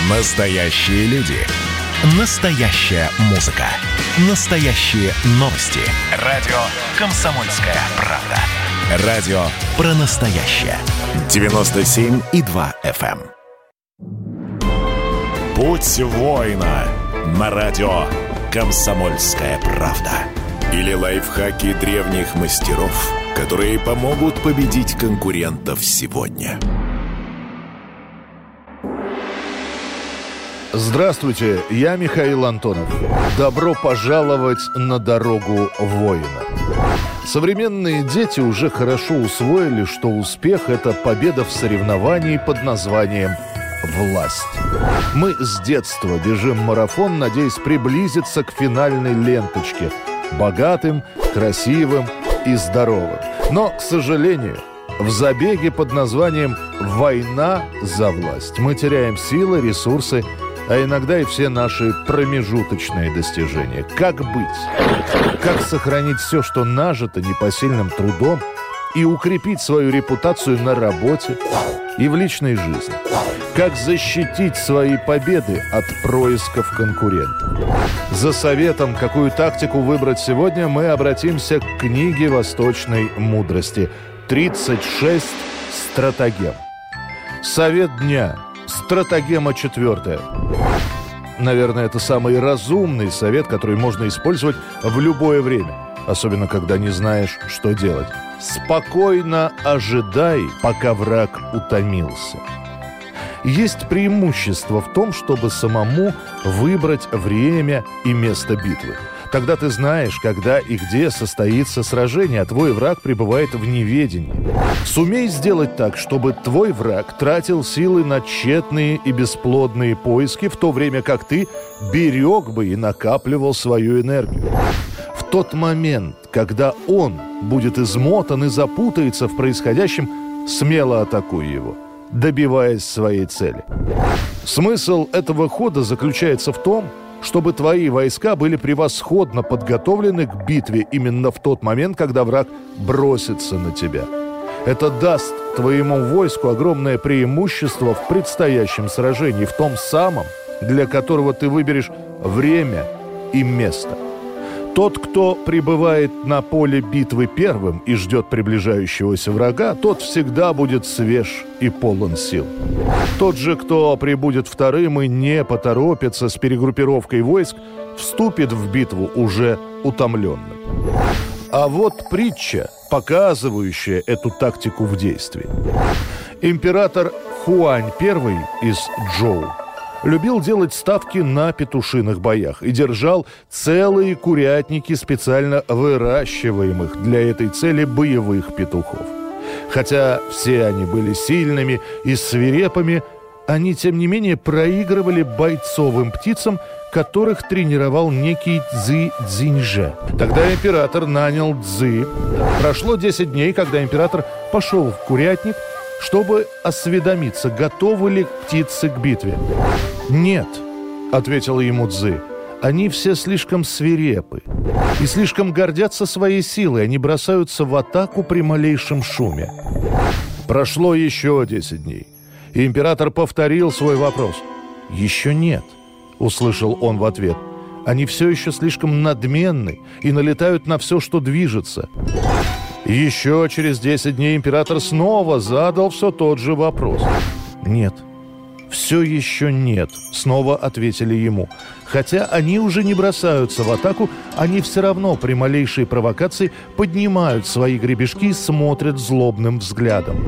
Настоящие люди. Настоящая музыка. Настоящие новости. Радио «Комсомольская правда». Радио про настоящее. 97,2 FM. Путь воина на радио «Комсомольская правда». Или лайфхаки древних мастеров, которые помогут победить конкурентов сегодня. Здравствуйте, я Михаил Антонов. Добро пожаловать на дорогу воина. Современные дети уже хорошо усвоили, что успех – это победа в соревновании под названием «власть». Мы с детства бежим марафон, надеясь приблизиться к финальной ленточке – богатым, красивым и здоровым. Но, к сожалению, в забеге под названием «Война за власть» мы теряем силы, ресурсы, а иногда и все наши промежуточные достижения. Как быть? Как сохранить все, что нажито непосильным трудом, и укрепить свою репутацию на работе и в личной жизни? Как защитить свои победы от происков конкурентов? За советом, какую тактику выбрать сегодня, мы обратимся к книге восточной мудрости «36 стратагем». Совет дня. Стратагема 4. Наверное, это самый разумный совет, который можно использовать в любое время, особенно когда не знаешь, что делать. Спокойно ожидай, пока враг утомился. Есть преимущество в том, чтобы самому выбрать время и место битвы. Тогда ты знаешь, когда и где состоится сражение, а твой враг пребывает в неведении. Сумей сделать так, чтобы твой враг тратил силы на тщетные и бесплодные поиски, в то время как ты берег бы и накапливал свою энергию. В тот момент, когда он будет измотан и запутается в происходящем, смело атакуй его, добиваясь своей цели. Смысл этого хода заключается в том, чтобы твои войска были превосходно подготовлены к битве именно в тот момент, когда враг бросится на тебя. Это даст твоему войску огромное преимущество в предстоящем сражении, в том самом, для которого ты выберешь время и место. Тот, кто прибывает на поле битвы первым и ждет приближающегося врага, тот всегда будет свеж и полон сил. Тот же, кто прибудет вторым и не поторопится с перегруппировкой войск, вступит в битву уже утомленным. А вот притча, показывающая эту тактику в действии. Император Хуань I из Чжоу любил делать ставки на петушиных боях и держал целые курятники специально выращиваемых для этой цели боевых петухов. Хотя все они были сильными и свирепыми, они, тем не менее, проигрывали бойцовым птицам, которых тренировал некий Цзи Цзиньже. Тогда император нанял Цзи. Прошло 10 дней, когда император пошел в курятник, чтобы осведомиться, готовы ли птицы к битве. «Нет», — ответил ему Цзи, — «они все слишком свирепы и слишком гордятся своей силой, они бросаются в атаку при малейшем шуме». Прошло еще 10 дней, и император повторил свой вопрос. «Еще нет», — услышал он в ответ, — «они все еще слишком надменны и налетают на все, что движется». Еще через 10 дней император снова задал все тот же вопрос. «Нет, все еще нет», — снова ответили ему. Хотя они уже не бросаются в атаку, они все равно при малейшей провокации поднимают свои гребешки и смотрят злобным взглядом.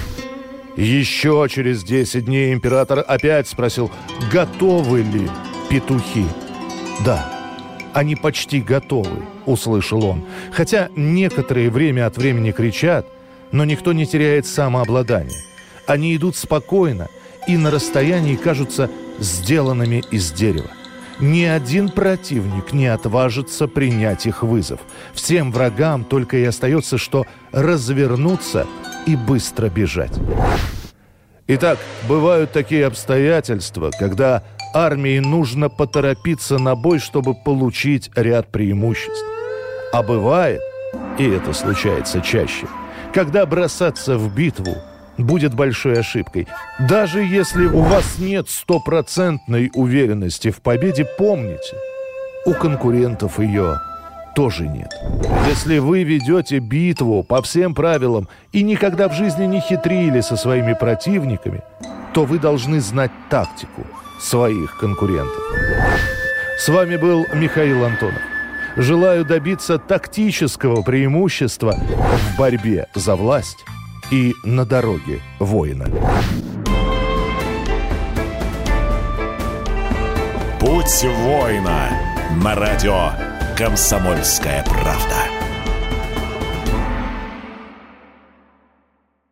Еще через 10 дней император опять спросил, готовы ли петухи. «Да, они почти готовы», — услышал он. Хотя некоторые время от времени кричат, но никто не теряет самообладание. Они идут спокойно и на расстоянии кажутся сделанными из дерева. Ни один противник не отважится принять их вызов. Всем врагам только и остается, что развернуться и быстро бежать. Итак, бывают такие обстоятельства, когда армии нужно поторопиться на бой, чтобы получить ряд преимуществ. А бывает, и это случается чаще, когда бросаться в битву будет большой ошибкой. Даже если у вас нет стопроцентной уверенности в победе, помните, у конкурентов ее тоже нет. Если вы ведете битву по всем правилам и никогда в жизни не хитрили со своими противниками, то вы должны знать тактику своих конкурентов. С вами был Михаил Антонов. Желаю добиться тактического преимущества в борьбе за власть и на дороге воина. Путь воина на радио «Комсомольская правда».